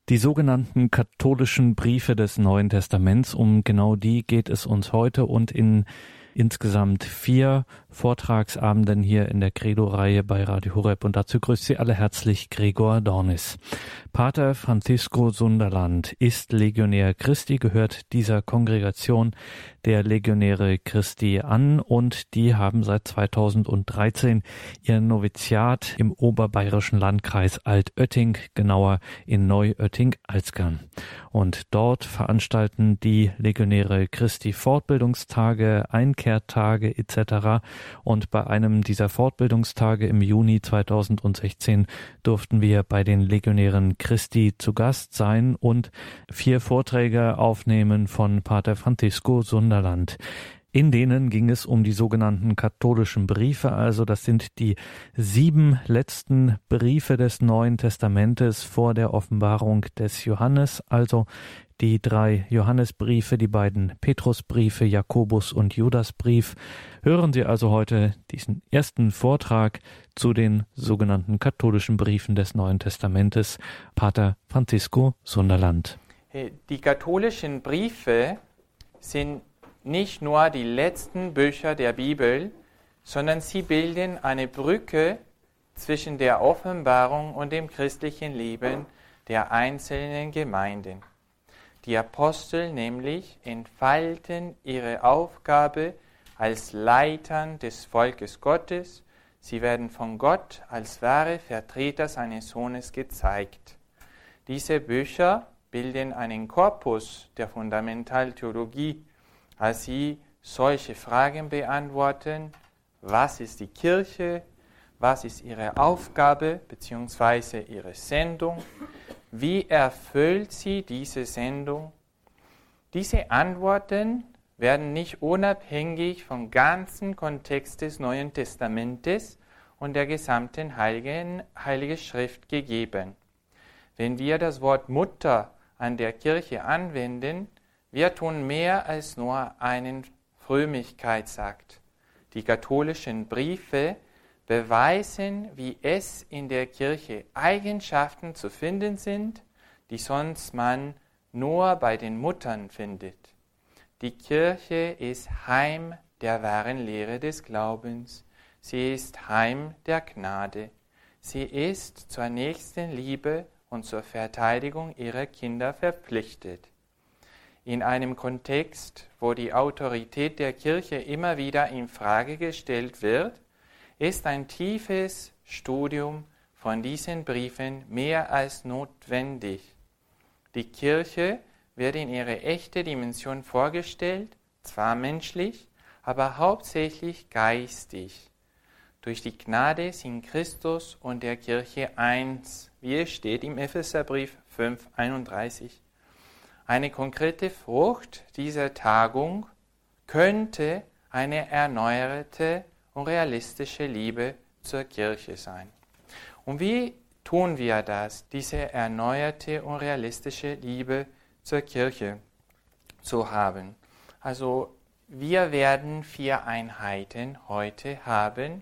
Die sogenannten katholischen Briefe des Neuen Testaments, um genau die geht es uns heute und in insgesamt 4 Vortragsabenden hier in der Credo-Reihe bei Radio Horeb. Und dazu grüßt Sie alle herzlich Gregor Dornis. Pater Francisco Sunderland ist Legionär Christi, gehört dieser Kongregation der Legionäre Christi an und die haben seit 2013 ihr Noviziat im oberbayerischen Landkreis Altötting, genauer in Neuötting-Alzgern. Und dort veranstalten die Legionäre Christi Fortbildungstage, Einkehrtage etc. Und bei einem dieser Fortbildungstage im Juni 2016 durften wir bei den Legionären Christi zu Gast sein und 4 Vorträge aufnehmen von Pater Francisco Sunderland. In denen ging es um die sogenannten katholischen Briefe, also das sind die 7 letzten Briefe des Neuen Testamentes vor der Offenbarung des Johannes, also die 3 Johannesbriefe, die beiden Petrusbriefe, Jakobus und Judasbrief. Hören Sie also heute diesen ersten Vortrag zu den sogenannten katholischen Briefen des Neuen Testamentes. Pater Francisco Sunderland. Die katholischen Briefe sind nicht nur die letzten Bücher der Bibel, sondern sie bilden eine Brücke zwischen der Offenbarung und dem christlichen Leben der einzelnen Gemeinden. Die Apostel nämlich entfalten ihre Aufgabe als Leitern des Volkes Gottes. Sie werden von Gott als wahre Vertreter seines Sohnes gezeigt. Diese Bücher bilden einen Korpus der Fundamentaltheologie, als sie solche Fragen beantworten: Was ist die Kirche? Was ist ihre Aufgabe bzw. ihre Sendung? Wie erfüllt sie diese Sendung? Diese Antworten werden nicht unabhängig vom ganzen Kontext des Neuen Testamentes und der gesamten Heilige Schrift gegeben. Wenn wir das Wort Mutter an der Kirche anwenden, wir tun mehr als nur einen Frömmigkeitsakt. Die katholischen Briefe beweisen, wie es in der Kirche Eigenschaften zu finden sind, die sonst man nur bei den Muttern findet. Die Kirche ist Heim der wahren Lehre des Glaubens. Sie ist Heim der Gnade. Sie ist zur Nächstenliebe und zur Verteidigung ihrer Kinder verpflichtet. In einem Kontext, wo die Autorität der Kirche immer wieder in Frage gestellt wird, ist ein tiefes Studium von diesen Briefen mehr als notwendig. Die Kirche wird in ihre echte Dimension vorgestellt, zwar menschlich, aber hauptsächlich geistig. Durch die Gnade sind Christus und der Kirche eins, wie es steht im Epheserbrief 5,31. Eine konkrete Frucht dieser Tagung könnte eine erneuerte und realistische Liebe zur Kirche sein. Und wie tun wir das, diese erneuerte und realistische Liebe zur Kirche zu haben? Also wir werden 4 Einheiten heute haben,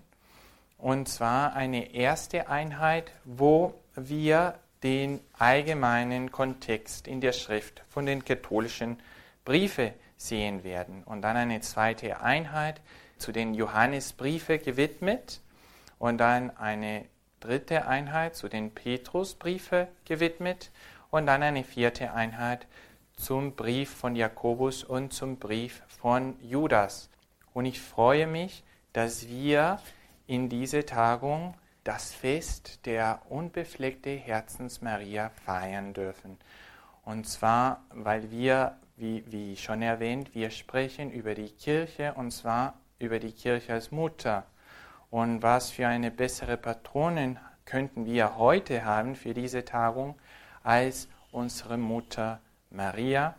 und zwar eine erste Einheit, wo wir den allgemeinen Kontext in der Schrift von den katholischen Briefen sehen werden. Und dann eine zweite Einheit zu den Johannesbriefen gewidmet und dann eine dritte Einheit zu den Petrusbriefen gewidmet und dann eine 4. Einheit zum Brief von Jakobus und zum Brief von Judas. Und ich freue mich, dass wir in dieser Tagung das Fest der unbefleckten Herzensmaria feiern dürfen. Und zwar, weil wir, wie schon erwähnt, wir sprechen über die Kirche, und zwar über die Kirche als Mutter. Und was für eine bessere Patronin könnten wir heute haben für diese Tagung als unsere Mutter Maria,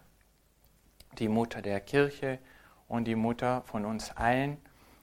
die Mutter der Kirche und die Mutter von uns allen,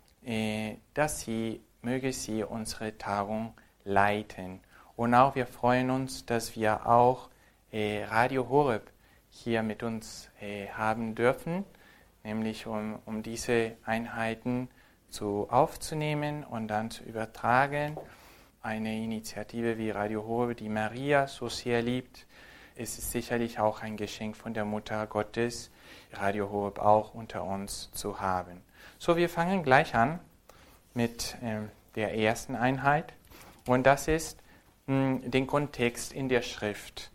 möge sie unsere Tagung leiten. Und auch wir freuen uns, dass wir auch Radio Horeb hier mit uns haben dürfen, nämlich um diese Einheiten aufzunehmen und dann zu übertragen. Eine Initiative wie Radio Horeb, die Maria so sehr liebt, es ist sicherlich auch ein Geschenk von der Mutter Gottes, Radio Horeb auch unter uns zu haben. So, wir fangen gleich an mit der ersten Einheit und das ist den Kontext in der Schrift.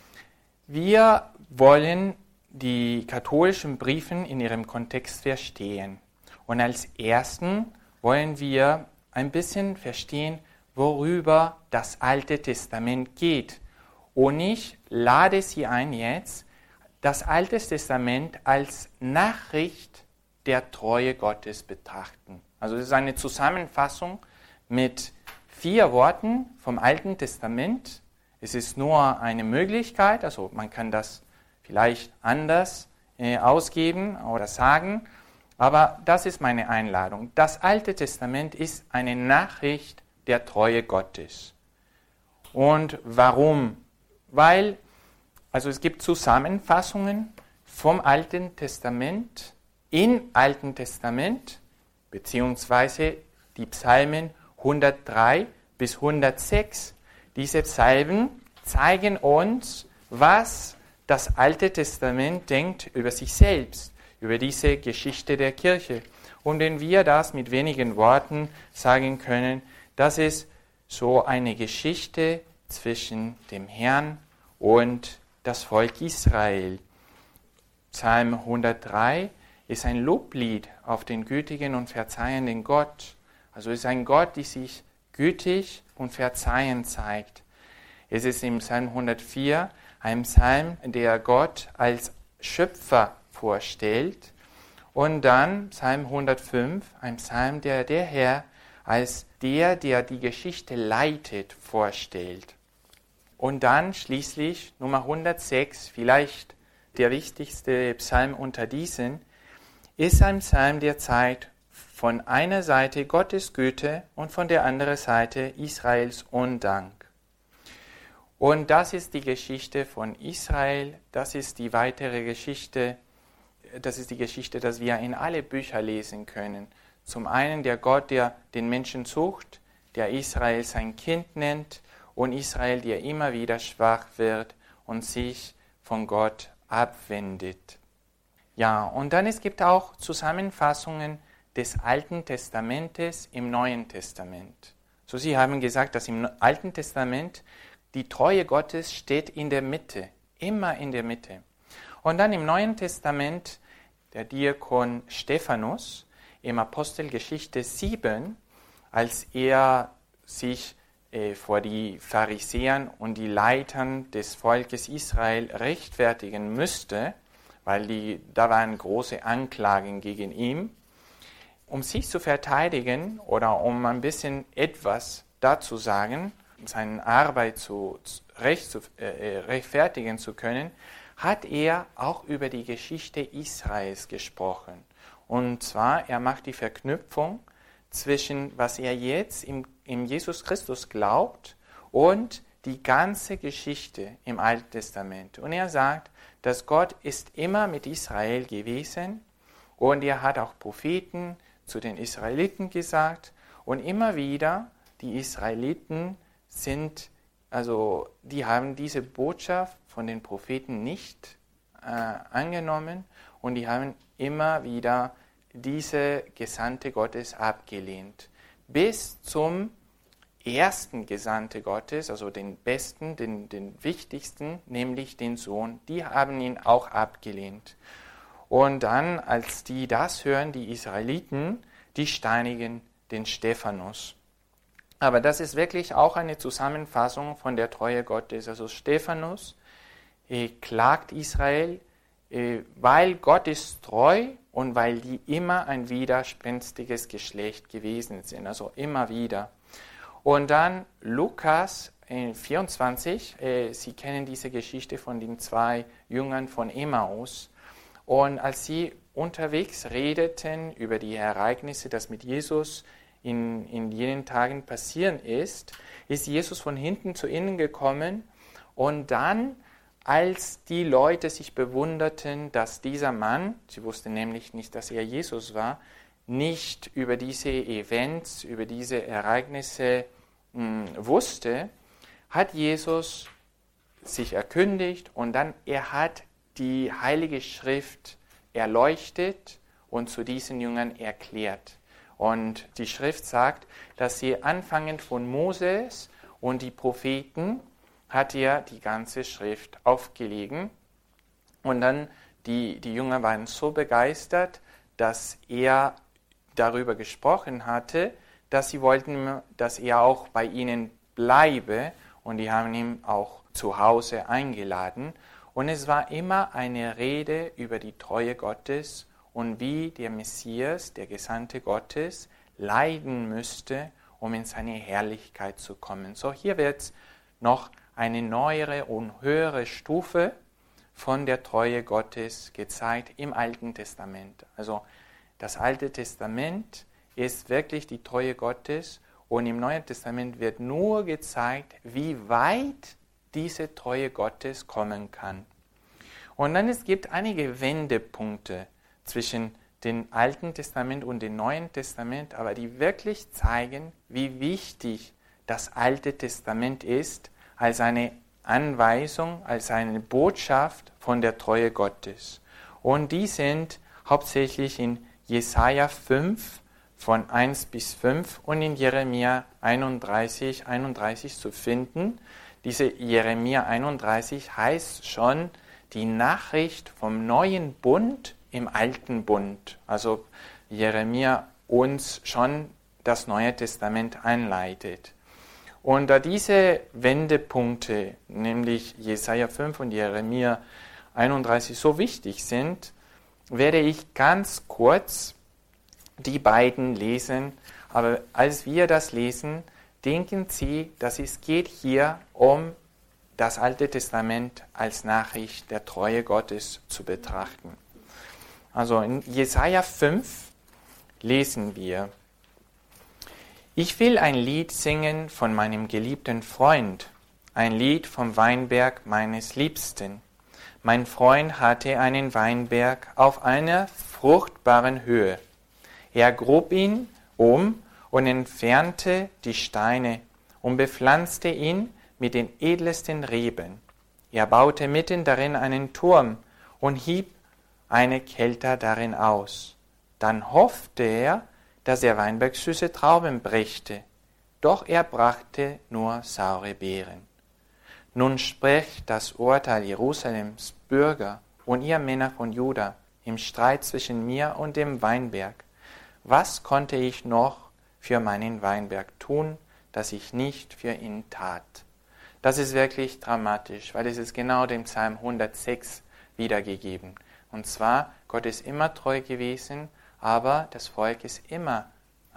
Wir wollen die katholischen Briefe in ihrem Kontext verstehen. Und als ersten wollen wir ein bisschen verstehen, worüber das Alte Testament geht. Und ich lade Sie ein, jetzt das Alte Testament als Nachricht der Treue Gottes betrachten. Also es ist eine Zusammenfassung mit 4 Worten vom Alten Testament. Es ist nur eine Möglichkeit, also man kann das vielleicht anders ausgeben oder sagen, aber das ist meine Einladung. Das Alte Testament ist eine Nachricht der Treue Gottes. Und warum? Weil, also es gibt Zusammenfassungen vom Alten Testament im Alten Testament, beziehungsweise die Psalmen 103 bis 106. Diese Psalmen zeigen uns, was das Alte Testament denkt über sich selbst, über diese Geschichte der Kirche. Und wenn wir das mit wenigen Worten sagen können, das ist so eine Geschichte zwischen dem Herrn und das Volk Israel. Psalm 103 ist ein Loblied auf den gütigen und verzeihenden Gott. Also es ist ein Gott, der sich gütig und verzeihend zeigt. Es ist im Psalm 104 ein Psalm, der Gott als Schöpfer vorstellt. Und dann Psalm 105, ein Psalm, der Herr als der die Geschichte leitet, vorstellt. Und dann schließlich Nummer 106, vielleicht der wichtigste Psalm unter diesen, ist ein Psalm, der zeigt von einer Seite Gottes Güte und von der anderen Seite Israels Undank. Und das ist die Geschichte von Israel, das ist die weitere Geschichte, das ist die Geschichte, dass wir in alle Bücher lesen können. Zum einen der Gott, der den Menschen sucht, der Israel sein Kind nennt und Israel, der immer wieder schwach wird und sich von Gott abwendet. Ja, und dann es gibt auch Zusammenfassungen des Alten Testamentes im Neuen Testament. So, Sie haben gesagt, dass im Alten Testament die Treue Gottes steht in der Mitte, immer in der Mitte. Und dann im Neuen Testament der Diakon Stephanus im Apostelgeschichte 7, als er sich vor die Pharisäern und die Leitern des Volkes Israel rechtfertigen müsste, weil da waren große Anklagen gegen ihn, um sich zu verteidigen oder um ein bisschen etwas dazu sagen, seine Arbeit rechtfertigen zu können, hat er auch über die Geschichte Israels gesprochen. Und zwar, er macht die Verknüpfung zwischen, was er jetzt in Jesus Christus glaubt und die ganze Geschichte im Alten Testament. Und er sagt, dass Gott ist immer mit Israel gewesen und er hat auch Propheten zu den Israeliten gesagt und immer wieder die Israeliten die haben diese Botschaft von den Propheten nicht angenommen und die haben immer wieder diese Gesandte Gottes abgelehnt. Bis zum ersten Gesandte Gottes, also den besten, den wichtigsten, nämlich den Sohn, die haben ihn auch abgelehnt. Und dann, als die das hören, die Israeliten, die steinigen den Stephanus. Aber das ist wirklich auch eine Zusammenfassung von der Treue Gottes. Also Stephanus klagt Israel, weil Gott ist treu und weil die immer ein widerspenstiges Geschlecht gewesen sind. Also immer wieder. Und dann Lukas 24, Sie kennen diese Geschichte von den 2 Jüngern von Emmaus. Und als sie unterwegs redeten über die Ereignisse, das mit Jesus in jenen Tagen passieren ist Jesus von hinten zu ihnen gekommen und dann, als die Leute sich bewunderten, dass dieser Mann, sie wussten nämlich nicht, dass er Jesus war, nicht über diese Events, über diese Ereignisse wusste, hat Jesus sich erkündigt und dann er hat die Heilige Schrift erleuchtet und zu diesen Jüngern erklärt. Und die Schrift sagt, dass sie anfangend von Moses und die Propheten hat er die ganze Schrift aufgelegt. Und dann die Jünger waren so begeistert, dass er darüber gesprochen hatte, dass sie wollten, dass er auch bei ihnen bleibe. Und die haben ihn auch zu Hause eingeladen. Und es war immer eine Rede über die Treue Gottes und wie der Messias, der Gesandte Gottes, leiden müsste, um in seine Herrlichkeit zu kommen. So, hier wird noch eine neuere und höhere Stufe von der Treue Gottes gezeigt im Alten Testament. Also das Alte Testament ist wirklich die Treue Gottes und im Neuen Testament wird nur gezeigt, wie weit diese Treue Gottes kommen kann. Und dann es gibt einige Wendepunkte zwischen dem Alten Testament und dem Neuen Testament, aber die wirklich zeigen, wie wichtig das Alte Testament ist als eine Anweisung, als eine Botschaft von der Treue Gottes. Und die sind hauptsächlich in Jesaja 5 von 1 bis 5 und in Jeremia 31 zu finden. Diese Jeremia 31 heißt schon die Nachricht vom neuen Bund im alten Bund. Also Jeremia uns schon das Neue Testament einleitet. Und da diese Wendepunkte, nämlich Jesaja 5 und Jeremia 31, so wichtig sind, werde ich ganz kurz die beiden lesen. Aber als wir das lesen, denken Sie, dass es geht hier um das Alte Testament als Nachricht der Treue Gottes zu betrachten. Also in Jesaja 5 lesen wir: Ich will ein Lied singen von meinem geliebten Freund, ein Lied vom Weinberg meines Liebsten. Mein Freund hatte einen Weinberg auf einer fruchtbaren Höhe. Er grub ihn um und entfernte die Steine und bepflanzte ihn mit den edelsten Reben. Er baute mitten darin einen Turm und hieb eine Kelter darin aus. Dann hoffte er, dass der Weinberg süße Trauben brächte, doch er brachte nur saure Beeren. Nun spricht das Urteil Jerusalems Bürger und ihr Männer von Juda im Streit zwischen mir und dem Weinberg. Was konnte ich noch für meinen Weinberg tun, das ich nicht für ihn tat? Das ist wirklich dramatisch, weil es ist genau dem Psalm 106 wiedergegeben. Und zwar, Gott ist immer treu gewesen, aber das Volk ist immer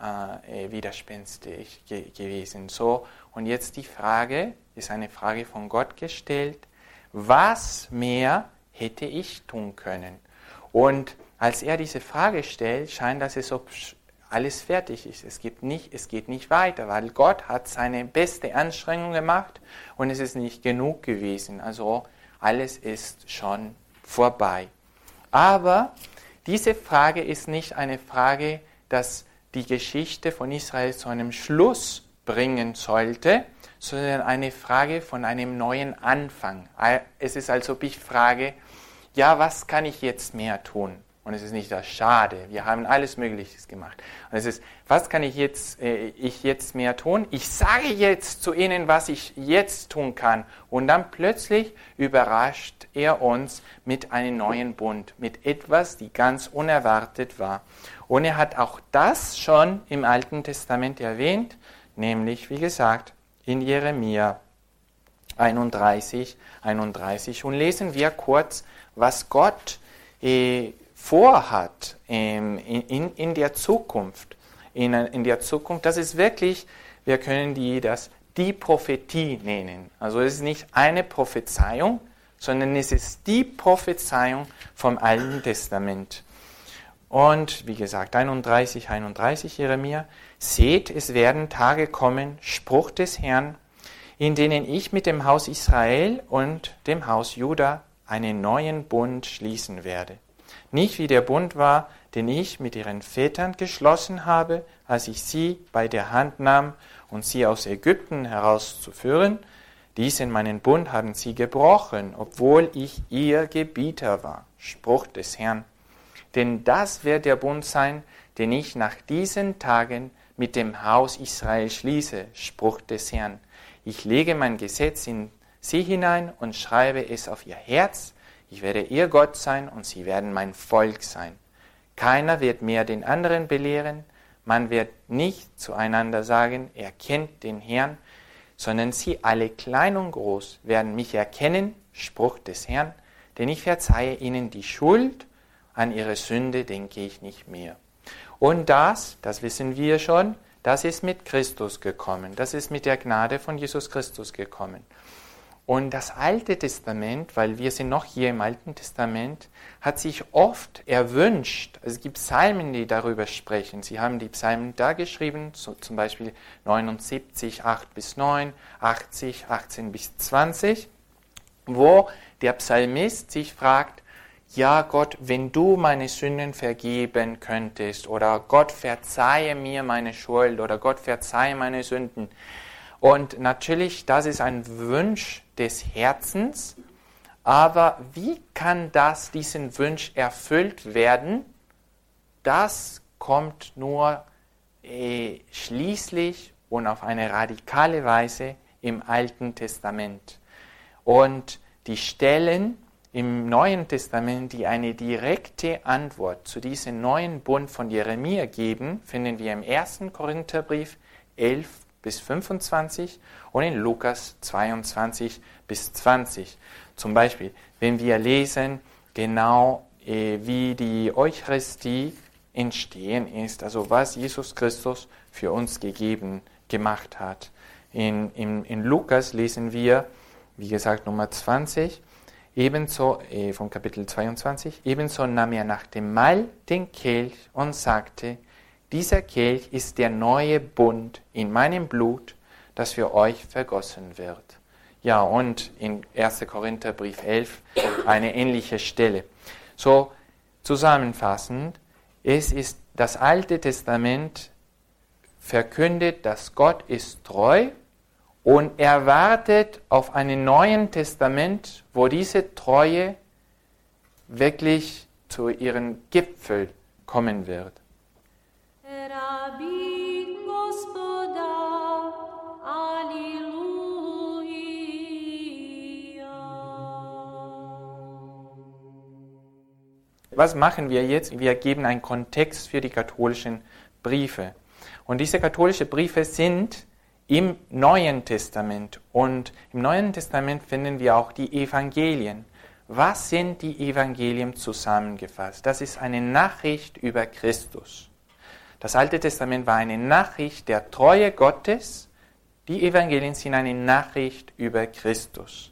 widerspenstig gewesen. So, und jetzt die Frage, ist eine Frage von Gott gestellt, was mehr hätte ich tun können? Und als er diese Frage stellt, scheint das, als ob alles fertig ist. Es geht nicht weiter, weil Gott hat seine beste Anstrengung gemacht und es ist nicht genug gewesen. Also alles ist schon vorbei. Aber diese Frage ist nicht eine Frage, dass die Geschichte von Israel zu einem Schluss bringen sollte, sondern eine Frage von einem neuen Anfang. Es ist, als ob ich frage, ja, was kann ich jetzt mehr tun? Und es ist nicht das Schade, wir haben alles Mögliche gemacht. Und es ist, was kann ich jetzt mehr tun? Ich sage jetzt zu ihnen, was ich jetzt tun kann. Und dann plötzlich überrascht er uns mit einem neuen Bund, mit etwas, die ganz unerwartet war. Und er hat auch das schon im Alten Testament erwähnt, nämlich, wie gesagt, in Jeremia 31. Und lesen wir kurz, was Gott vorhat in der Zukunft. In der Zukunft, das ist wirklich, wir können die Prophetie nennen. Also es ist nicht eine Prophezeiung, sondern es ist die Prophezeiung vom Alten Testament. Und wie gesagt, 31 Jeremia, seht, es werden Tage kommen, Spruch des Herrn, in denen ich mit dem Haus Israel und dem Haus Juda einen neuen Bund schließen werde. Nicht wie der Bund war, den ich mit ihren Vätern geschlossen habe, als ich sie bei der Hand nahm, um sie aus Ägypten herauszuführen, Diesen meinen Bund haben sie gebrochen, obwohl ich ihr Gebieter war. Spruch des Herrn. Denn das wird der Bund sein, den ich nach diesen Tagen mit dem Haus Israel schließe. Spruch des Herrn. Ich lege mein Gesetz in sie hinein und schreibe es auf ihr Herz. Ich werde ihr Gott sein und sie werden mein Volk sein. Keiner wird mehr den anderen belehren. Man wird nicht zueinander sagen, er kennt den Herrn, sondern sie alle, klein und groß, werden mich erkennen, Spruch des Herrn, denn ich verzeihe ihnen die Schuld, an ihre Sünde denke ich nicht mehr. Und das wissen wir schon, das ist mit Christus gekommen, das ist mit der Gnade von Jesus Christus gekommen. Und das Alte Testament, weil wir sind noch hier im Alten Testament, hat sich oft erwünscht, es gibt Psalmen, die darüber sprechen. Sie haben die Psalmen da geschrieben, so zum Beispiel 79, 8-9, 80, 18-20, wo der Psalmist sich fragt, ja Gott, wenn du meine Sünden vergeben könntest oder Gott verzeihe mir meine Schuld oder Gott verzeihe meine Sünden. Und natürlich, das ist ein Wunsch des Herzens, aber wie kann diesen Wunsch erfüllt werden? Das kommt nur schließlich und auf eine radikale Weise im Alten Testament. Und die Stellen im Neuen Testament, die eine direkte Antwort zu diesem neuen Bund von Jeremia geben, finden wir im 1. Korintherbrief 11-25 und in Lukas 22-20. Zum Beispiel, wenn wir lesen, genau wie die Eucharistie entstehen ist, also was Jesus Christus für uns gemacht hat. In Lukas lesen wir, wie gesagt, Nummer 20, ebenso vom Kapitel 22, ebenso nahm er nach dem Mahl den Kelch und sagte, dieser Kelch ist der neue Bund in meinem Blut, das für euch vergossen wird. Ja, und in 1. Korintherbrief 11 eine ähnliche Stelle. So, zusammenfassend, es ist das Alte Testament verkündet, dass Gott ist treu und erwartet auf einem Neuen Testament, wo diese Treue wirklich zu ihrem Gipfel kommen wird. Was machen wir jetzt? Wir geben einen Kontext für die katholischen Briefe. Und diese katholischen Briefe sind im Neuen Testament. Und im Neuen Testament finden wir auch die Evangelien. Was sind die Evangelien zusammengefasst? Das ist eine Nachricht über Christus. Das Alte Testament war eine Nachricht der Treue Gottes. Die Evangelien sind eine Nachricht über Christus.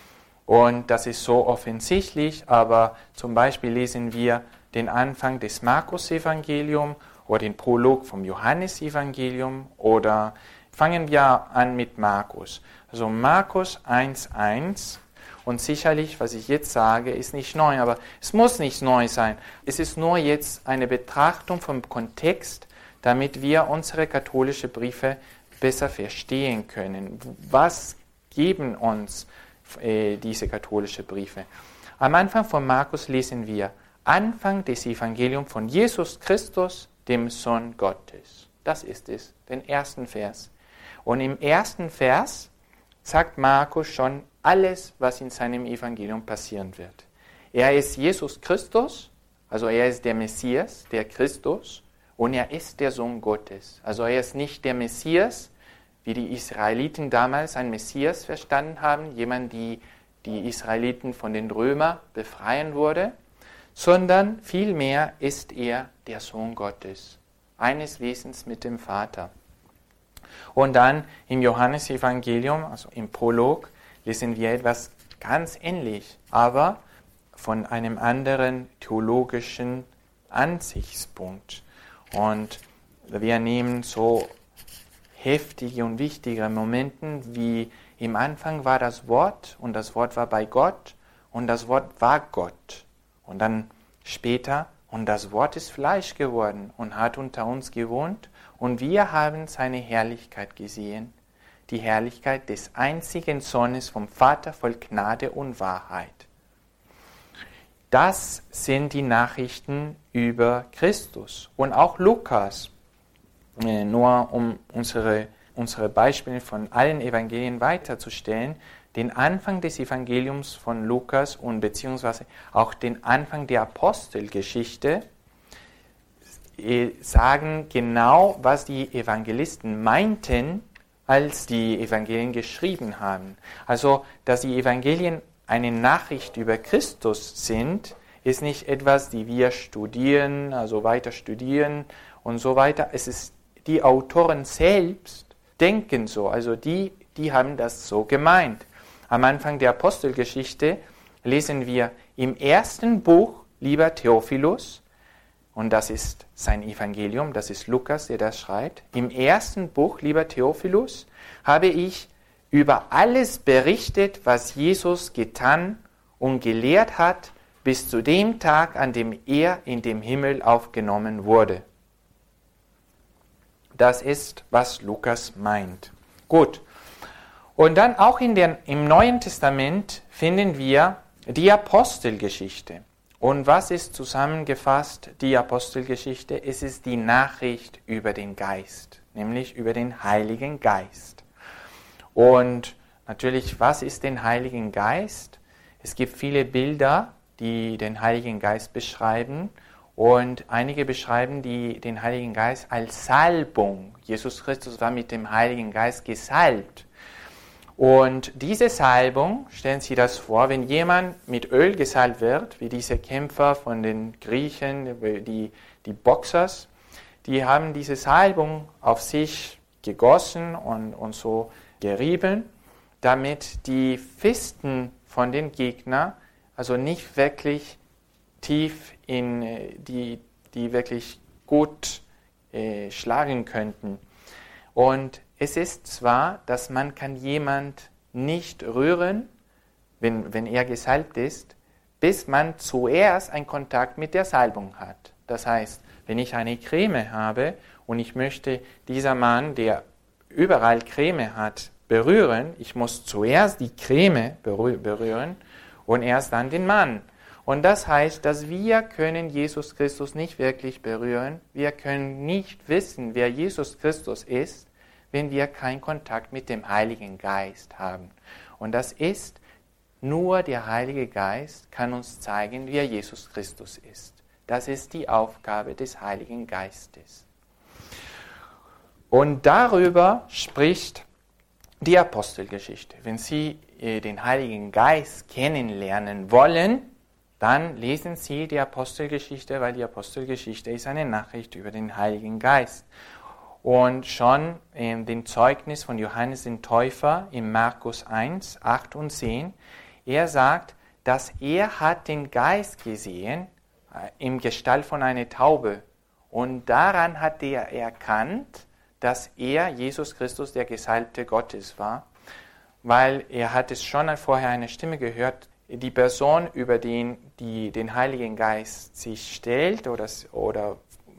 Und das ist so offensichtlich, aber zum Beispiel lesen wir den Anfang des Markus-Evangelium oder den Prolog vom Johannes-Evangelium oder fangen wir an mit Markus. Also Markus 1,1 und sicherlich, was ich jetzt sage, ist nicht neu, aber es muss nicht neu sein. Es ist nur jetzt eine Betrachtung vom Kontext, damit wir unsere katholischen Briefe besser verstehen können. Was geben uns diese katholischen Briefe? Am Anfang von Markus lesen wir Anfang des Evangeliums von Jesus Christus, dem Sohn Gottes. Das ist es, den ersten Vers. Und im ersten Vers sagt Markus schon alles, was in seinem Evangelium passieren wird. Er ist Jesus Christus, also er ist der Messias, der Christus, und er ist der Sohn Gottes. Also er ist nicht der Messias, wie die Israeliten damals einen Messias verstanden haben, jemand, die Israeliten von den Römern befreien wurde, sondern vielmehr ist er der Sohn Gottes, eines Wesens mit dem Vater. Und dann im Johannesevangelium, also im Prolog, lesen wir etwas ganz ähnlich, aber von einem anderen theologischen Ansichtspunkt. Und wir nehmen so heftige und wichtige Momente, wie im Anfang war das Wort und das Wort war bei Gott und das Wort war Gott. Und dann später, und das Wort ist Fleisch geworden und hat unter uns gewohnt und wir haben seine Herrlichkeit gesehen, die Herrlichkeit des einzigen Sohnes vom Vater voll Gnade und Wahrheit. Das sind die Nachrichten über Christus. Und auch Lukas, nur um unsere Beispiele von allen Evangelien weiterzustellen, den Anfang des Evangeliums von Lukas und beziehungsweise auch den Anfang der Apostelgeschichte sagen genau, was die Evangelisten meinten, als die Evangelien geschrieben haben. Also, dass die Evangelien eine Nachricht über Christus sind, ist nicht etwas, die wir studieren, also weiter studieren und so weiter. Es ist, die Autoren selbst denken so, also die haben das so gemeint. Am Anfang der Apostelgeschichte lesen wir im ersten Buch, lieber Theophilus, und das ist sein Evangelium, das ist Lukas, der das schreibt. Im ersten Buch, lieber Theophilus, habe ich über alles berichtet, was Jesus getan und gelehrt hat, bis zu dem Tag, an dem er in den Himmel aufgenommen wurde. Das ist, was Lukas meint. Gut. Und dann auch im Neuen Testament finden wir die Apostelgeschichte. Und was ist zusammengefasst die Apostelgeschichte? Es ist die Nachricht über den Geist, nämlich über den Heiligen Geist. Und natürlich, was ist den Heiligen Geist? Es gibt viele Bilder, die den Heiligen Geist beschreiben. Und einige beschreiben den Heiligen Geist als Salbung. Jesus Christus war mit dem Heiligen Geist gesalbt. Und diese Salbung, stellen Sie das vor, wenn jemand mit Öl gesalbt wird, wie diese Kämpfer von den Griechen, die Boxers, die haben diese Salbung auf sich gegossen und so gerieben, damit die Fisten von den Gegnern also nicht wirklich tief die wirklich gut schlagen könnten. Und es ist zwar, dass man kann jemand nicht rühren, wenn er gesalbt ist, bis man zuerst einen Kontakt mit der Salbung hat. Das heißt, wenn ich eine Creme habe und ich möchte dieser Mann, der überall Creme hat, berühren, ich muss zuerst die Creme berühren und erst dann den Mann. Und das heißt, dass wir können Jesus Christus nicht wirklich berühren. Wir können nicht wissen, wer Jesus Christus ist, wenn wir keinen Kontakt mit dem Heiligen Geist haben. Und das ist, nur der Heilige Geist kann uns zeigen, wer Jesus Christus ist. Das ist die Aufgabe des Heiligen Geistes. Und darüber spricht die Apostelgeschichte. Wenn Sie den Heiligen Geist kennenlernen wollen, dann lesen Sie die Apostelgeschichte, weil die Apostelgeschichte ist eine Nachricht über den Heiligen Geist. Und schon in dem Zeugnis von Johannes den Täufer in Markus 1, 8 und 10, er sagt, dass er hat den Geist gesehen im Gestalt von einer Taube. Und daran hat er erkannt, dass er, Jesus Christus, der Gesalbte Gottes war, weil er hat es schon vorher eine Stimme gehört, die Person, über die den Heiligen Geist sich stellt oder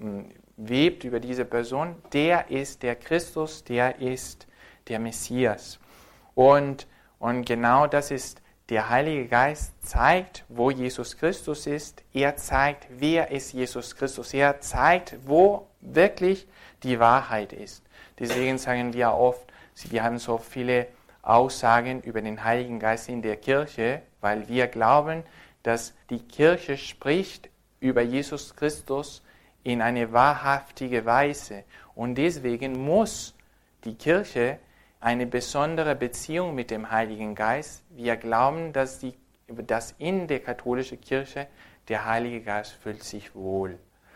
webt über diese Person, der ist der Christus, der ist der Messias. Und genau das ist, der Heilige Geist zeigt, wo Jesus Christus ist. Er zeigt, wer ist Jesus Christus. Er zeigt, wo wirklich die Wahrheit ist. Deswegen sagen wir oft, wir haben so viele Aussagen über den Heiligen Geist in der Kirche, weil wir glauben, dass die Kirche spricht über Jesus Christus in eine wahrhaftige Weise. Und deswegen muss die Kirche eine besondere Beziehung mit dem Heiligen Geist. Wir glauben, dass in der katholischen Kirche der Heilige Geist fühlt sich wohl.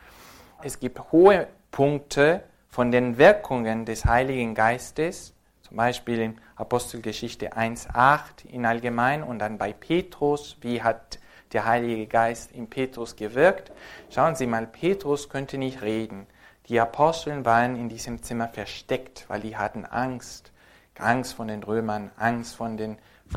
Es gibt hohe Punkte von den Wirkungen des Heiligen Geistes, zum Beispiel in Apostelgeschichte 1,8 in allgemein und dann bei Petrus, wie hat der Heilige Geist in Petrus gewirkt. Schauen Sie mal, Petrus könnte nicht reden. Die Apostel waren in diesem Zimmer versteckt, weil die hatten Angst. Angst von den Römern, Angst von den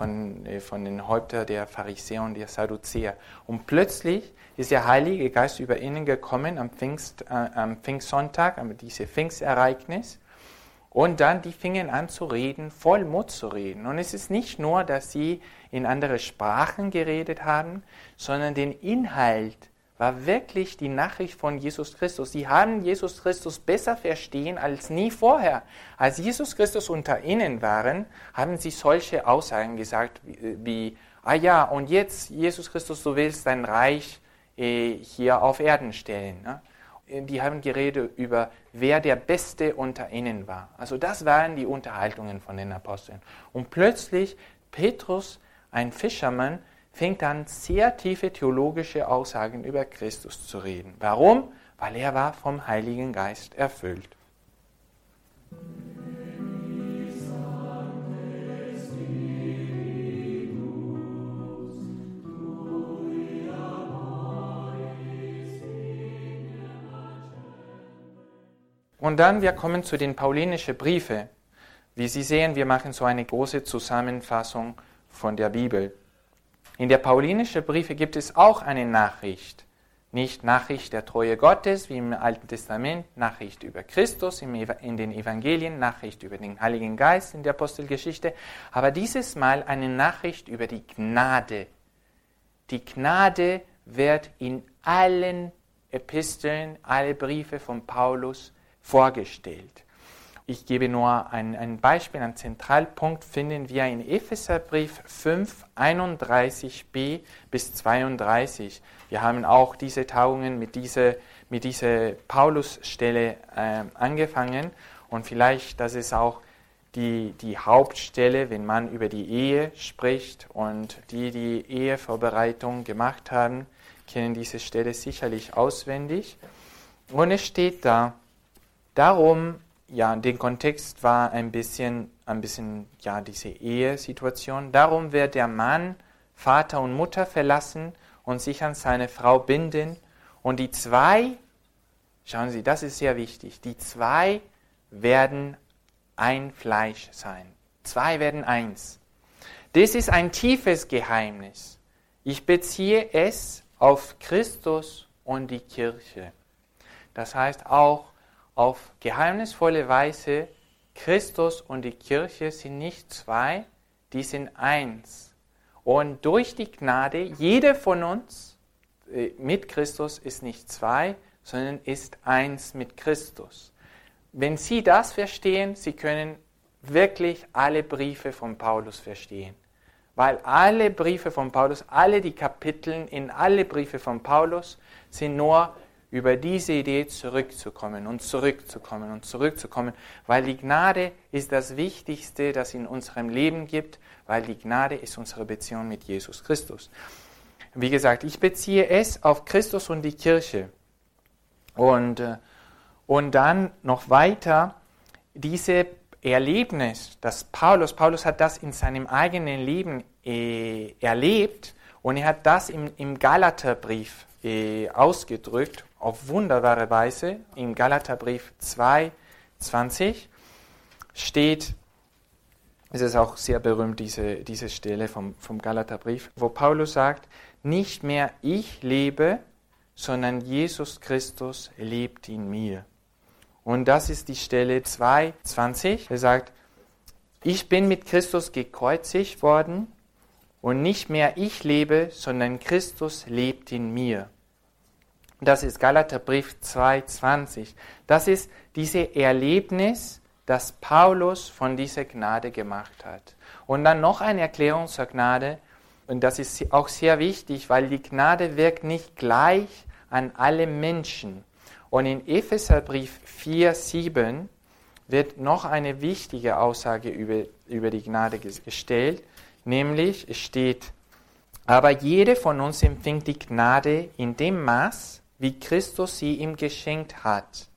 Häuptern der Pharisäer und der Sadduzäer. Und plötzlich ist der Heilige Geist über ihnen gekommen am Pfingstsonntag, an dieses Pfingstereignis. Und dann, die fingen an zu reden, voll Mut zu reden. Und es ist nicht nur, dass sie in andere Sprachen geredet haben, sondern den Inhalt war wirklich die Nachricht von Jesus Christus. Sie haben Jesus Christus besser verstehen als nie vorher. Als Jesus Christus unter ihnen waren, haben sie solche Aussagen gesagt wie, ah ja, und jetzt, Jesus Christus, du willst dein Reich hier auf Erden stellen. Ne? Die haben geredet über, wer der Beste unter ihnen war. Also das waren die Unterhaltungen von den Aposteln. Und plötzlich Petrus, ein Fischermann, fängt an, sehr tiefe theologische Aussagen über Christus zu reden. Warum? Weil er war vom Heiligen Geist erfüllt. Und dann, wir kommen zu den paulinischen Briefen. Wie Sie sehen, wir machen so eine große Zusammenfassung von der Bibel. In der paulinischen Briefe gibt es auch eine Nachricht. Nicht Nachricht der Treue Gottes, wie im Alten Testament, Nachricht über Christus in den Evangelien, Nachricht über den Heiligen Geist in der Apostelgeschichte, aber dieses Mal eine Nachricht über die Gnade. Die Gnade wird in allen Episteln, alle Briefe von Paulus vorgestellt. Ich gebe nur ein Beispiel, einen Zentralpunkt finden wir in Epheserbrief 5, 31b bis 32. Wir haben auch diese Tagungen mit dieser Paulus-Stelle angefangen und vielleicht, das ist auch die Hauptstelle, wenn man über die Ehe spricht und die Ehevorbereitung gemacht haben, kennen diese Stelle sicherlich auswendig. Und es steht da, darum, ja, der Kontext war ein bisschen ja, diese Ehesituation. Darum wird der Mann Vater und Mutter verlassen und sich an seine Frau binden. Und die zwei, schauen Sie, das ist sehr wichtig, die zwei werden ein Fleisch sein. Zwei werden eins. Das ist ein tiefes Geheimnis. Ich beziehe es auf Christus und die Kirche. Das heißt auch, auf geheimnisvolle Weise, Christus und die Kirche sind nicht zwei, die sind eins. Und durch die Gnade, jeder von uns mit Christus ist nicht zwei, sondern ist eins mit Christus. Wenn Sie das verstehen, Sie können wirklich alle Briefe von Paulus verstehen. Weil alle Briefe von Paulus, alle die Kapitel in alle Briefe von Paulus sind nur über diese Idee zurückzukommen und zurückzukommen und zurückzukommen, weil die Gnade ist das Wichtigste, das es in unserem Leben gibt, weil die Gnade ist unsere Beziehung mit Jesus Christus. Wie gesagt, ich beziehe es auf Christus und die Kirche. Und dann noch weiter, diese Erlebnis, dass Paulus hat das in seinem eigenen Leben erlebt und er hat das im Galaterbrief ausgedrückt, auf wunderbare Weise. Im Galaterbrief 2,20 steht, es ist auch sehr berühmt, diese Stelle vom Galaterbrief, wo Paulus sagt, nicht mehr ich lebe, sondern Jesus Christus lebt in mir. Und das ist die Stelle 2,20. Er sagt, ich bin mit Christus gekreuzigt worden und nicht mehr ich lebe, sondern Christus lebt in mir. Das ist Galaterbrief 2,20. Das ist dieses Erlebnis, das Paulus von dieser Gnade gemacht hat. Und dann noch eine Erklärung zur Gnade. Und das ist auch sehr wichtig, weil die Gnade wirkt nicht gleich an alle Menschen. Und in Epheserbrief 4,7 wird noch eine wichtige Aussage über die Gnade gestellt. Nämlich, es steht, aber jeder von uns empfängt die Gnade in dem Maß, wie Christus sie ihm geschenkt hat.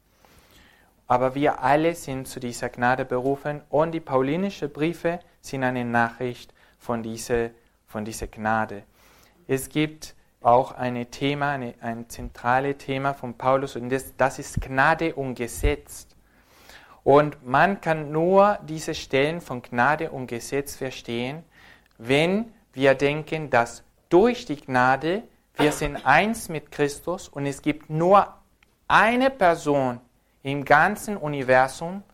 Aber wir alle sind zu dieser Gnade berufen und die paulinischen Briefe sind eine Nachricht von dieser Gnade. Es gibt auch ein zentrales Thema von Paulus und das ist Gnade und Gesetz. Und man kann nur diese Stellen von Gnade und Gesetz verstehen, wenn wir denken, dass durch die Gnade wir sind eins mit Christus und es gibt nur eine Person im ganzen Universum,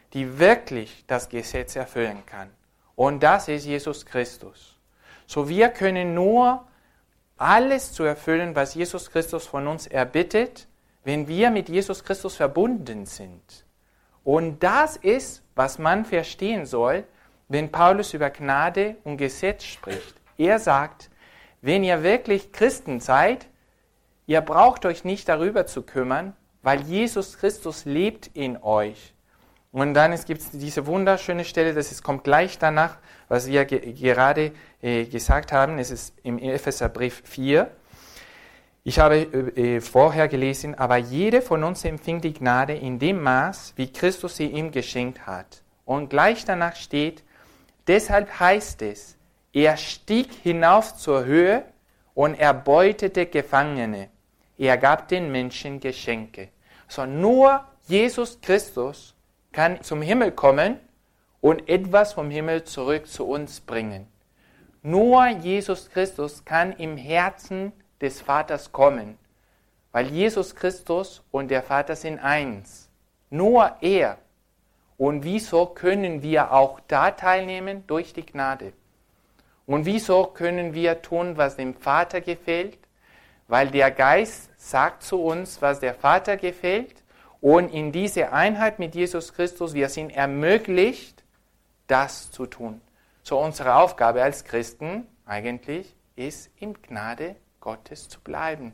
die wirklich das Gesetz erfüllen kann. Und das ist Jesus Christus. So wir können nur alles zu erfüllen, was Jesus Christus von uns erbittet, wenn wir mit Jesus Christus verbunden sind. Und das ist, was man verstehen soll, wenn Paulus über Gnade und Gesetz spricht. Er sagt, wenn ihr wirklich Christen seid, ihr braucht euch nicht darüber zu kümmern, weil Jesus Christus lebt in euch. Und dann gibt es diese wunderschöne Stelle, kommt gleich danach, was wir gerade gesagt haben. Es ist im Epheserbrief 4. Ich habe vorher gelesen, aber jeder von uns empfing die Gnade in dem Maß, wie Christus sie ihm geschenkt hat. Und gleich danach steht, deshalb heißt es, er stieg hinauf zur Höhe und erbeutete Gefangene. Er gab den Menschen Geschenke. So nur Jesus Christus kann zum Himmel kommen und etwas vom Himmel zurück zu uns bringen. Nur Jesus Christus kann im Herzen des Vaters kommen, weil Jesus Christus und der Vater sind eins. Nur er. Und wieso können wir auch da teilnehmen? Durch die Gnade. Und wieso können wir tun, was dem Vater gefällt? Weil der Geist sagt zu uns, was der Vater gefällt. Und in diese Einheit mit Jesus Christus, wir sind ermöglicht, das zu tun. So unsere Aufgabe als Christen eigentlich ist, in Gnade Gottes zu bleiben.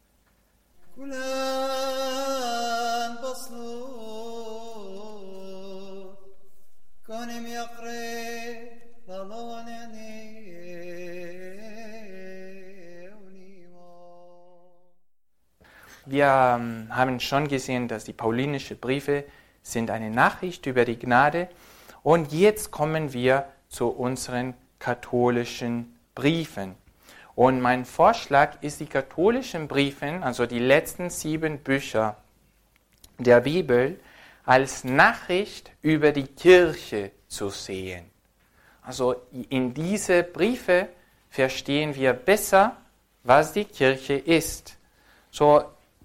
Wir haben schon gesehen, dass die paulinischen Briefe sind eine Nachricht über die Gnade. Und jetzt kommen wir zu unseren katholischen Briefen. Und mein Vorschlag ist, die katholischen Briefe, also die letzten 7 Bücher der Bibel, als Nachricht über die Kirche zu sehen. Also in diese Briefe verstehen wir besser, was die Kirche ist. So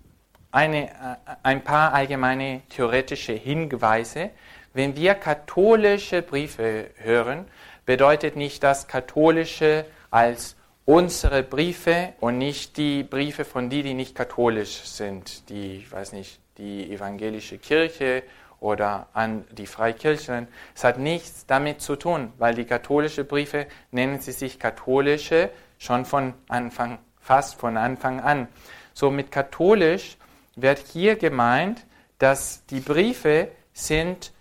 ein paar allgemeine theoretische Hinweise. Wenn wir katholische Briefe hören, bedeutet nicht das Katholische als unsere Briefe und nicht die Briefe von denen, die nicht katholisch sind, die evangelische Kirche oder an die Freikirchen. Es hat nichts damit zu tun, weil die katholischen Briefe nennen sie sich katholische schon fast von Anfang an. So mit katholisch wird hier gemeint, dass die Briefe sind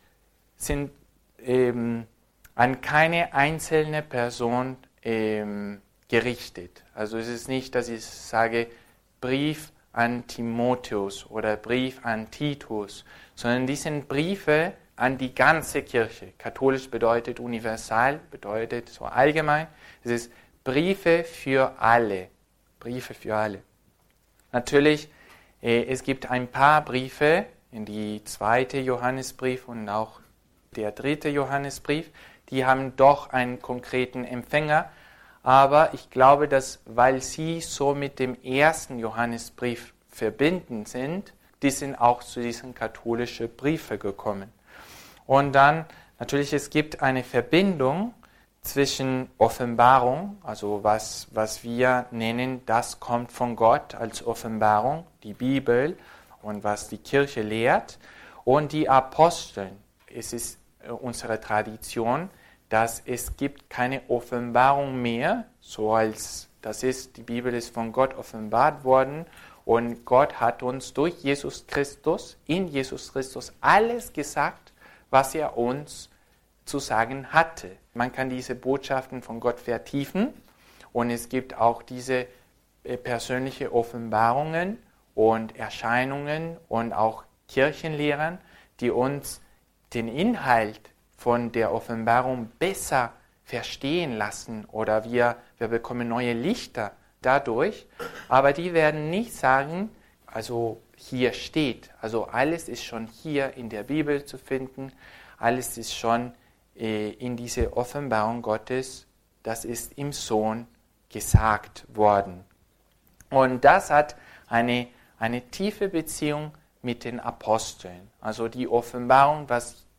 an keine einzelne Person gerichtet. Also es ist nicht, dass ich sage Brief an Timotheus oder Brief an Titus, sondern die sind Briefe an die ganze Kirche. Katholisch bedeutet universal, bedeutet so allgemein. Es ist Briefe für alle. Briefe für alle. Natürlich, es gibt ein paar Briefe, in die 2. Johannesbrief und auch der 3. Johannesbrief, die haben doch einen konkreten Empfänger, aber ich glaube, dass, weil sie so mit dem 1. Johannesbrief verbunden sind, die sind auch zu diesen katholischen Briefen gekommen. Und dann, natürlich, es gibt eine Verbindung zwischen Offenbarung, also was wir nennen, das kommt von Gott als Offenbarung, die Bibel und was die Kirche lehrt, und die Aposteln. Es ist unsere Tradition, dass es gibt keine Offenbarung mehr, so als die Bibel ist von Gott offenbart worden und Gott hat uns durch Jesus Christus, in Jesus Christus alles gesagt, was er uns zu sagen hatte. Man kann diese Botschaften von Gott vertiefen und es gibt auch diese persönliche Offenbarungen und Erscheinungen und auch Kirchenlehren, die uns den Inhalt von der Offenbarung besser verstehen lassen oder wir bekommen neue Lichter dadurch, aber die werden nicht sagen, also hier steht, also alles ist schon hier in der Bibel zu finden, alles ist schon in diese Offenbarung Gottes, das ist im Sohn gesagt worden. Und das hat eine tiefe Beziehung mit den Aposteln. Also die Offenbarung, was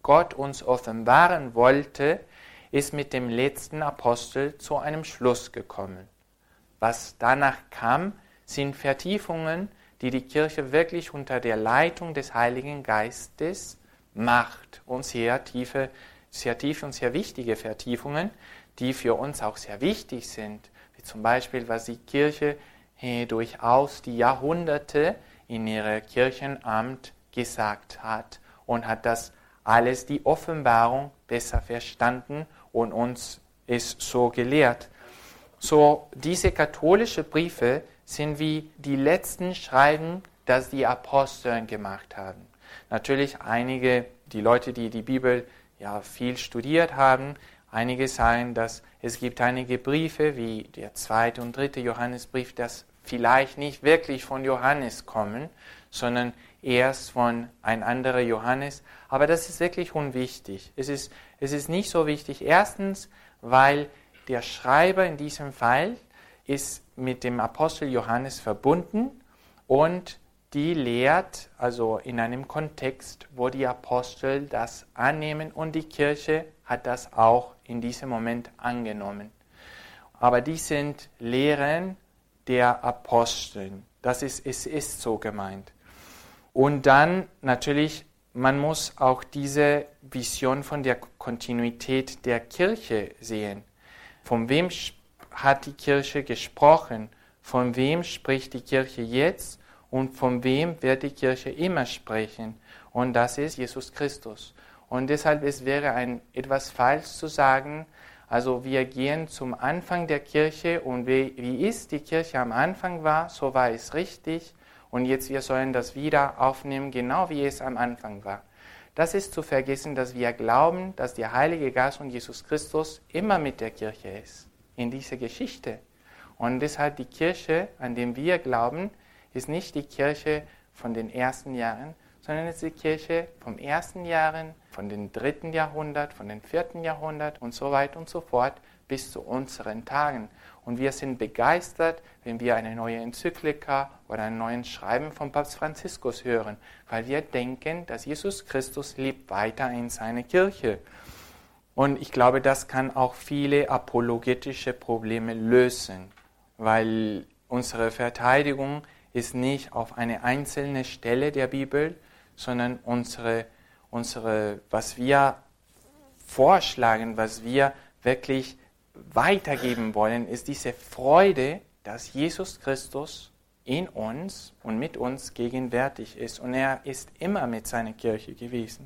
Gott uns offenbaren wollte, ist mit dem letzten Apostel zu einem Schluss gekommen. Was danach kam, sind Vertiefungen, die die Kirche wirklich unter der Leitung des Heiligen Geistes macht. Und sehr tiefe und sehr wichtige Vertiefungen, die für uns auch sehr wichtig sind. Wie zum Beispiel, was die Kirche durchaus die Jahrhunderte in ihrer Kirchenamt gesagt hat und hat das alles die Offenbarung besser verstanden und uns ist so gelehrt. So, diese katholischen Briefe sind wie die letzten Schreiben, das die Apostel gemacht haben. Natürlich einige, die Leute, die die Bibel ja viel studiert haben, einige sagen, dass es gibt einige Briefe, wie der 2. und 3. Johannesbrief, das vielleicht nicht wirklich von Johannes kommen, sondern erst von ein anderer Johannes. Aber das ist wirklich unwichtig. Es ist nicht so wichtig. Erstens, weil der Schreiber in diesem Fall ist mit dem Apostel Johannes verbunden und die lehrt, also in einem Kontext, wo die Apostel das annehmen und die Kirche hat das auch in diesem Moment angenommen. Aber die sind Lehren der Aposteln. Es ist so gemeint. Und dann natürlich, man muss auch diese Vision von der Kontinuität der Kirche sehen. Von wem hat die Kirche gesprochen? Von wem spricht die Kirche jetzt? Und von wem wird die Kirche immer sprechen? Und das ist Jesus Christus. Und deshalb wäre etwas falsch zu sagen, also wir gehen zum Anfang der Kirche und wie ist die Kirche am Anfang war, so war es richtig. Und jetzt wir sollen das wieder aufnehmen, genau wie es am Anfang war. Das ist zu vergessen, dass wir glauben, dass der Heilige Geist und Jesus Christus immer mit der Kirche ist, in dieser Geschichte. Und deshalb die Kirche, an der wir glauben, ist nicht die Kirche von den ersten Jahren, sondern es ist die Kirche vom ersten Jahren, von dem 3. Jahrhundert, von dem 4. Jahrhundert und so weiter und so fort bis zu unseren Tagen. Und wir sind begeistert, wenn wir eine neue Enzyklika oder ein neues Schreiben von Papst Franziskus hören, weil wir denken, dass Jesus Christus lebt weiter in seiner Kirche. Und ich glaube, das kann auch viele apologetische Probleme lösen, weil unsere Verteidigung ist nicht auf eine einzelne Stelle der Bibel, sondern was wir vorschlagen, was wir wirklich weitergeben wollen, ist diese Freude, dass Jesus Christus in uns und mit uns gegenwärtig ist. Und er ist immer mit seiner Kirche gewesen.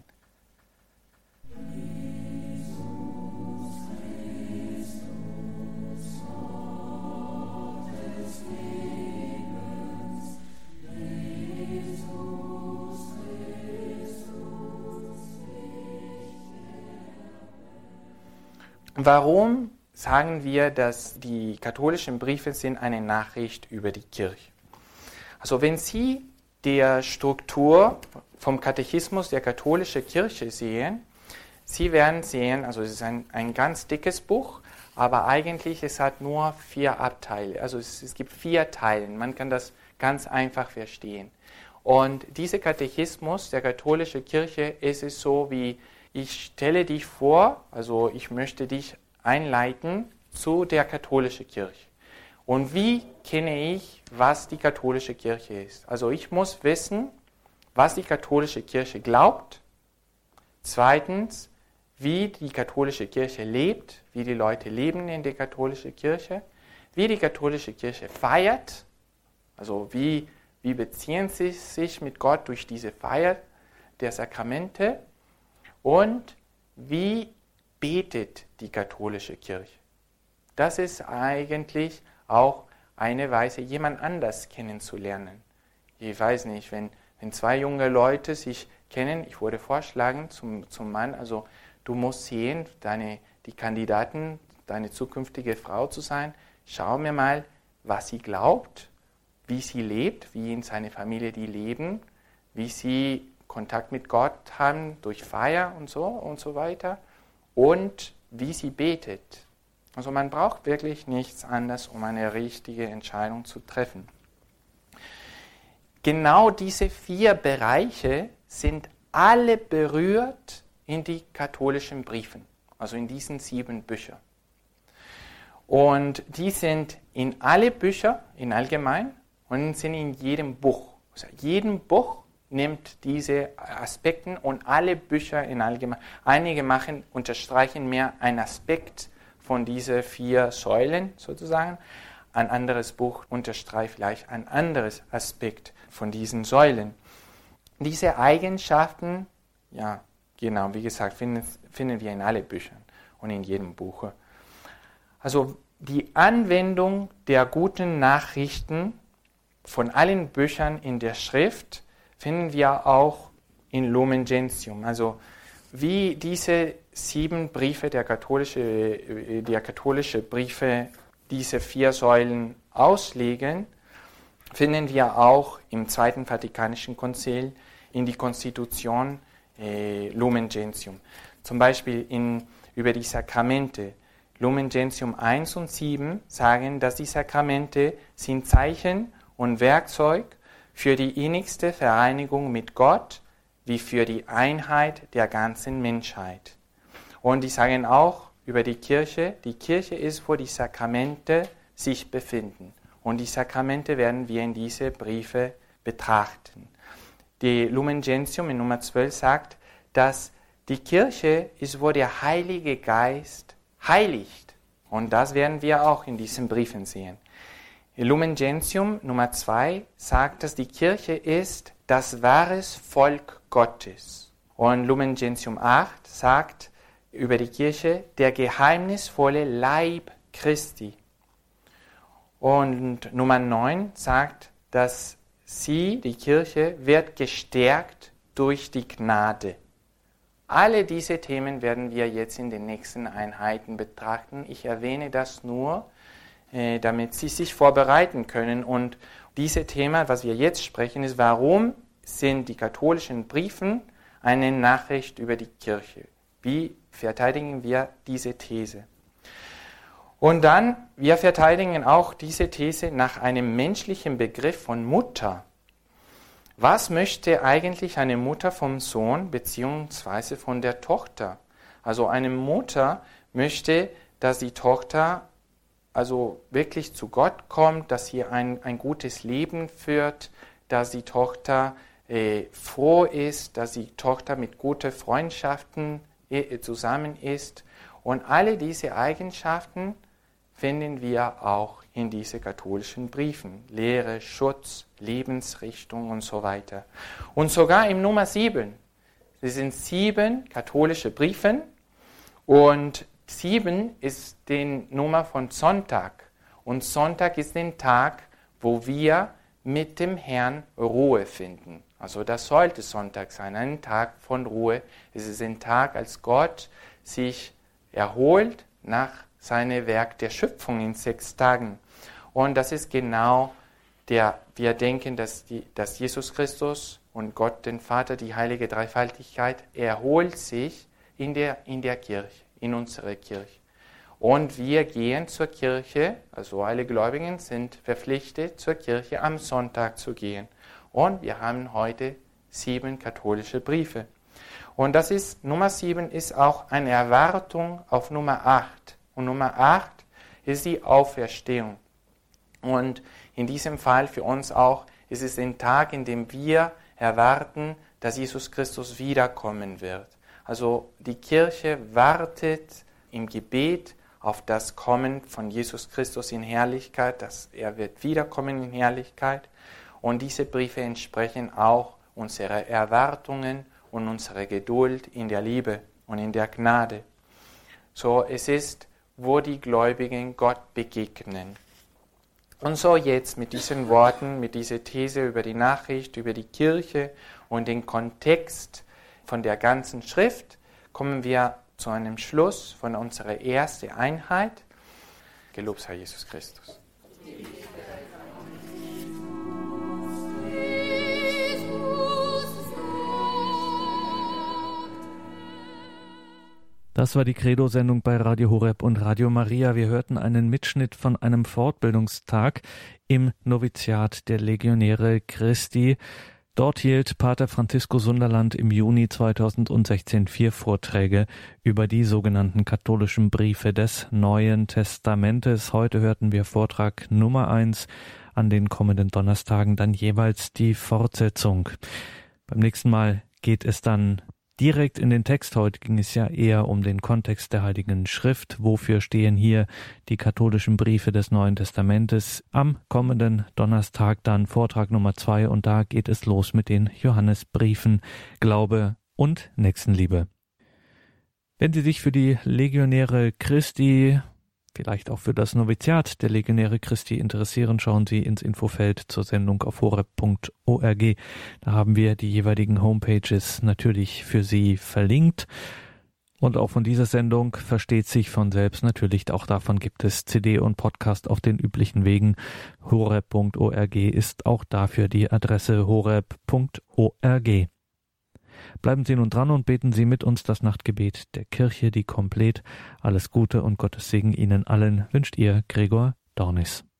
Warum sagen wir, dass die katholischen Briefe sind eine Nachricht über die Kirche? Also wenn Sie die Struktur vom Katechismus der katholischen Kirche sehen, Sie werden sehen, also es ist ein ganz dickes Buch, aber eigentlich es hat nur 4 Abteile. Also es gibt 4 Teile. Man kann das ganz einfach verstehen. Und dieser Katechismus der katholischen Kirche ist es so wie: Ich stelle dich vor, also ich möchte dich einleiten zu der katholischen Kirche. Und wie kenne ich, was die katholische Kirche ist? Also ich muss wissen, was die katholische Kirche glaubt. Zweitens, wie die katholische Kirche lebt, wie die Leute leben in der katholischen Kirche, wie die katholische Kirche feiert, also wie beziehen sie sich mit Gott durch diese Feier der Sakramente. Und wie betet die katholische Kirche? Das ist eigentlich auch eine Weise, jemand anders kennenzulernen. Ich weiß nicht, wenn 2 junge Leute sich kennen, ich würde vorschlagen zum Mann, also du musst sehen, die Kandidaten, deine zukünftige Frau zu sein, schau mir mal, was sie glaubt, wie sie lebt, wie in seiner Familie die leben, wie sie Kontakt mit Gott haben durch Feier und so weiter und wie sie betet. Also man braucht wirklich nichts anderes, um eine richtige Entscheidung zu treffen. Genau diese 4 Bereiche sind alle berührt in die katholischen Briefen, also in diesen 7 Büchern. Und die sind in alle Bücher in allgemein und sind in jedem Buch. Also jedem Buch nimmt diese Aspekte und alle Bücher in allgemein. Einige unterstreichen mehr einen Aspekt von diesen 4 Säulen sozusagen. Ein anderes Buch unterstreicht vielleicht ein anderes Aspekt von diesen Säulen. Diese Eigenschaften, ja genau, wie gesagt, finden wir in allen Büchern und in jedem Buch. Also die Anwendung der guten Nachrichten von allen Büchern in der Schrift finden wir auch in Lumen Gentium. Also wie diese 7 Briefe der katholische Briefe diese 4 Säulen auslegen, finden wir auch im Zweiten Vatikanischen Konzil in die Konstitution Lumen Gentium. Zum Beispiel über die Sakramente. Lumen Gentium 1 und 7 sagen, dass die Sakramente sind Zeichen und Werkzeug für die innigste Vereinigung mit Gott, wie für die Einheit der ganzen Menschheit. Und die sagen auch über die Kirche ist, wo die Sakramente sich befinden. Und die Sakramente werden wir in diese Briefe betrachten. Die Lumen Gentium in Nummer 12 sagt, dass die Kirche ist, wo der Heilige Geist heiligt. Und das werden wir auch in diesen Briefen sehen. Lumen Gentium Nummer 2 sagt, dass die Kirche ist das wahre Volk Gottes. Und Lumen Gentium 8 sagt über die Kirche der geheimnisvolle Leib Christi. Und Nummer 9 sagt, dass die Kirche, wird gestärkt durch die Gnade. Alle diese Themen werden wir jetzt in den nächsten Einheiten betrachten. Ich erwähne das nur, damit Sie sich vorbereiten können. Und dieses Thema, was wir jetzt sprechen, ist, warum sind die katholischen Briefe eine Nachricht über die Kirche? Wie verteidigen wir diese These? Und dann, wir verteidigen auch diese These nach einem menschlichen Begriff von Mutter. Was möchte eigentlich eine Mutter vom Sohn bzw. von der Tochter? Also eine Mutter möchte, dass die Tochter also wirklich zu Gott kommt, dass sie ein gutes Leben führt, dass die Tochter froh ist, dass die Tochter mit guten Freundschaften zusammen ist. Und alle diese Eigenschaften finden wir auch in diesen katholischen Briefen. Lehre, Schutz, Lebensrichtung und so weiter. Und sogar im Nummer 7. Es sind 7 katholische Briefe und 7 ist die Nummer von Sonntag. Und Sonntag ist der Tag, wo wir mit dem Herrn Ruhe finden. Also das sollte Sonntag sein, ein Tag von Ruhe. Es ist ein Tag, als Gott sich erholt nach seinem Werk der Schöpfung in 6 Tagen. Und das ist genau wir denken, dass Jesus Christus und Gott, den Vater, die heilige Dreifaltigkeit, erholt sich in der Kirche, in unserer Kirche. Und wir gehen zur Kirche, also alle Gläubigen sind verpflichtet, zur Kirche am Sonntag zu gehen. Und wir haben heute 7 katholische Briefe. Und Nummer 7 ist auch eine Erwartung auf Nummer 8. Und Nummer 8 ist die Auferstehung. Und in diesem Fall für uns auch ist es ein Tag, in dem wir erwarten, dass Jesus Christus wiederkommen wird. Also die Kirche wartet im Gebet auf das Kommen von Jesus Christus in Herrlichkeit, dass er wird wiederkommen in Herrlichkeit. Und diese Briefe entsprechen auch unsere Erwartungen und unserer Geduld in der Liebe und in der Gnade. So, es ist, wo die Gläubigen Gott begegnen. Und so jetzt mit diesen Worten, mit dieser These über die Nachricht, über die Kirche und den Kontext von der ganzen Schrift, kommen wir zu einem Schluss von unserer ersten Einheit. Gelobt sei Jesus Christus. Das war die Credo-Sendung bei Radio Horeb und Radio Maria. Wir hörten einen Mitschnitt von einem Fortbildungstag im Noviziat der Legionäre Christi. Dort hielt Pater Francisco Sunderland im Juni 2016 4 Vorträge über die sogenannten katholischen Briefe des Neuen Testamentes. Heute hörten wir Vortrag Nummer 1, an den kommenden Donnerstagen dann jeweils die Fortsetzung. Beim nächsten Mal geht es dann direkt in den Text. Heute ging es ja eher um den Kontext der Heiligen Schrift. Wofür stehen hier die katholischen Briefe des Neuen Testamentes? Am kommenden Donnerstag dann Vortrag Nummer 2 und da geht es los mit den Johannesbriefen Glaube und Nächstenliebe. Wenn Sie sich für die Legionäre Christi, vielleicht auch für das Noviziat der Legionäre Christi interessieren, schauen Sie ins Infofeld zur Sendung auf horeb.org. Da haben wir die jeweiligen Homepages natürlich für Sie verlinkt. Und auch von dieser Sendung versteht sich von selbst natürlich, auch davon gibt es CD und Podcast auf den üblichen Wegen. horeb.org ist auch dafür die Adresse horeb.org. Bleiben Sie nun dran und beten Sie mit uns das Nachtgebet der Kirche, die Komplett. Alles Gute und Gottes Segen Ihnen allen wünscht Ihr Gregor Dornis.